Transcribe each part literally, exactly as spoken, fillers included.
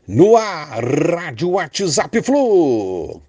No ar, Rádio WhatsApp Flu.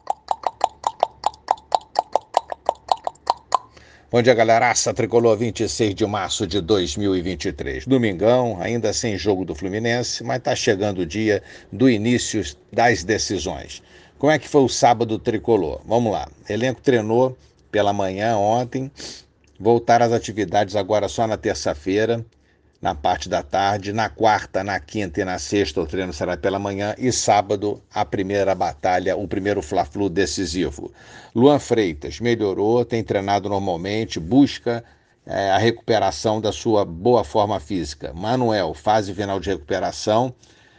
Bom dia, galeraça. Tricolor, vinte e seis de março de dois mil e vinte e três. Domingão, ainda sem jogo do Fluminense, mas tá chegando o dia do início das decisões. Como é que foi o sábado tricolor? Vamos lá. Elenco treinou pela manhã ontem, voltaram às atividades agora só na terça-feira, na parte da tarde. Na quarta, na quinta e na sexta o treino será pela manhã e sábado a primeira batalha, o primeiro Fla-Flu decisivo. Luan Freitas melhorou, tem treinado normalmente, busca é, a recuperação da sua boa forma física. Manuel, fase final de recuperação,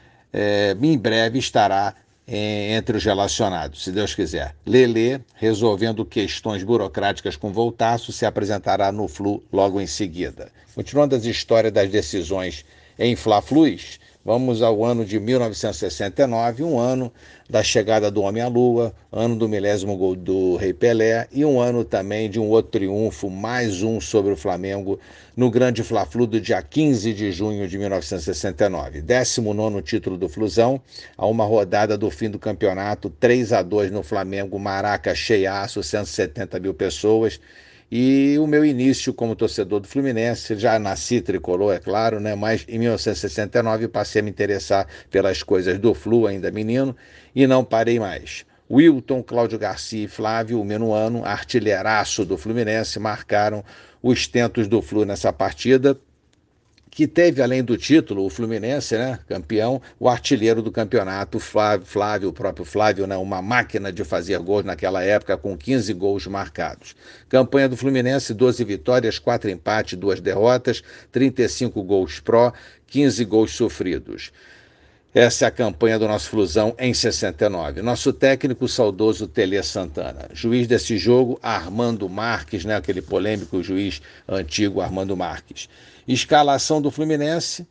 é, em breve estará é, entre os relacionados, se Deus quiser. Lelê, resolvendo questões burocráticas com Voltaço, se apresentará no Flu logo em seguida. Continuando as histórias das decisões em Fla-Flus, vamos ao ano de mil novecentos e sessenta e nove, um ano da chegada do Homem à Lua, ano do milésimo gol do Rei Pelé e um ano também de um outro triunfo, mais um sobre o Flamengo, no grande Fla-Flu do dia quinze de junho de mil novecentos e sessenta e nove. décimo nono título do Flusão, a uma rodada do fim do campeonato, três a dois no Flamengo, Maraca cheiaço, cento e setenta mil pessoas. E o meu início como torcedor do Fluminense, já nasci tricolor, é claro, né? Mas em mil novecentos e sessenta e nove passei a me interessar pelas coisas do Flu, ainda menino, e não parei mais. Wilton, Cláudio Garcia e Flávio, o menuano, artilheiraço do Fluminense, marcaram os tentos do Flu nessa partida, que teve, além do título, o Fluminense, né, campeão, o artilheiro do campeonato, Flávio, Flávio, o próprio Flávio, né, uma máquina de fazer gols naquela época, com quinze gols marcados. Campanha do Fluminense, doze vitórias, quatro empates, duas derrotas, trinta e cinco gols pró, quinze gols sofridos. Essa é a campanha do nosso Flusão em sessenta e nove. Nosso técnico, o saudoso Tele Santana. Juiz desse jogo, Armando Marques, né? Aquele polêmico juiz antigo, Armando Marques. Escalação do Fluminense,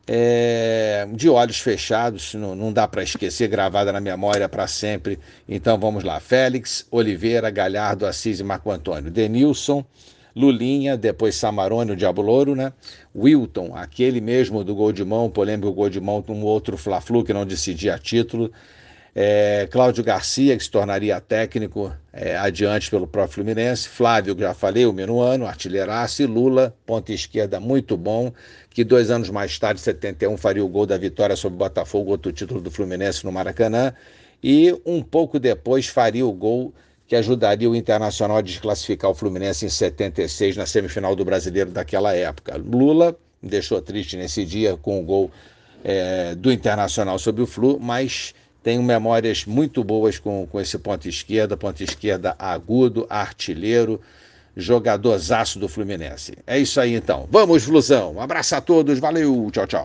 é, de olhos fechados, não, não dá para esquecer, gravada na memória para sempre. Então vamos lá. Félix, Oliveira, Galhardo, Assis e Marco Antônio. Denilson, Lulinha, depois Samarone, o Diabo Louro, né? Wilton, aquele mesmo do gol de mão, polêmico gol de mão, um outro Fla-Flu que não decidia título. É, Cláudio Garcia, que se tornaria técnico é, adiante pelo próprio Fluminense. Flávio, que já falei, o menuano, artilheiraço. E Lula, ponta esquerda muito bom, que dois anos mais tarde, em setenta e um, faria o gol da vitória sobre o Botafogo, outro título do Fluminense no Maracanã. E um pouco depois faria o gol que ajudaria o Internacional a desclassificar o Fluminense em setenta e seis, na semifinal do Brasileiro daquela época. Lula me deixou triste nesse dia com o gol é, do Internacional sobre o Flu, mas tenho memórias muito boas com, com esse ponta esquerda, ponta esquerda agudo, artilheiro, jogadorzaço do Fluminense. É isso aí então. Vamos, Flusão. Um abraço a todos, valeu, tchau, tchau.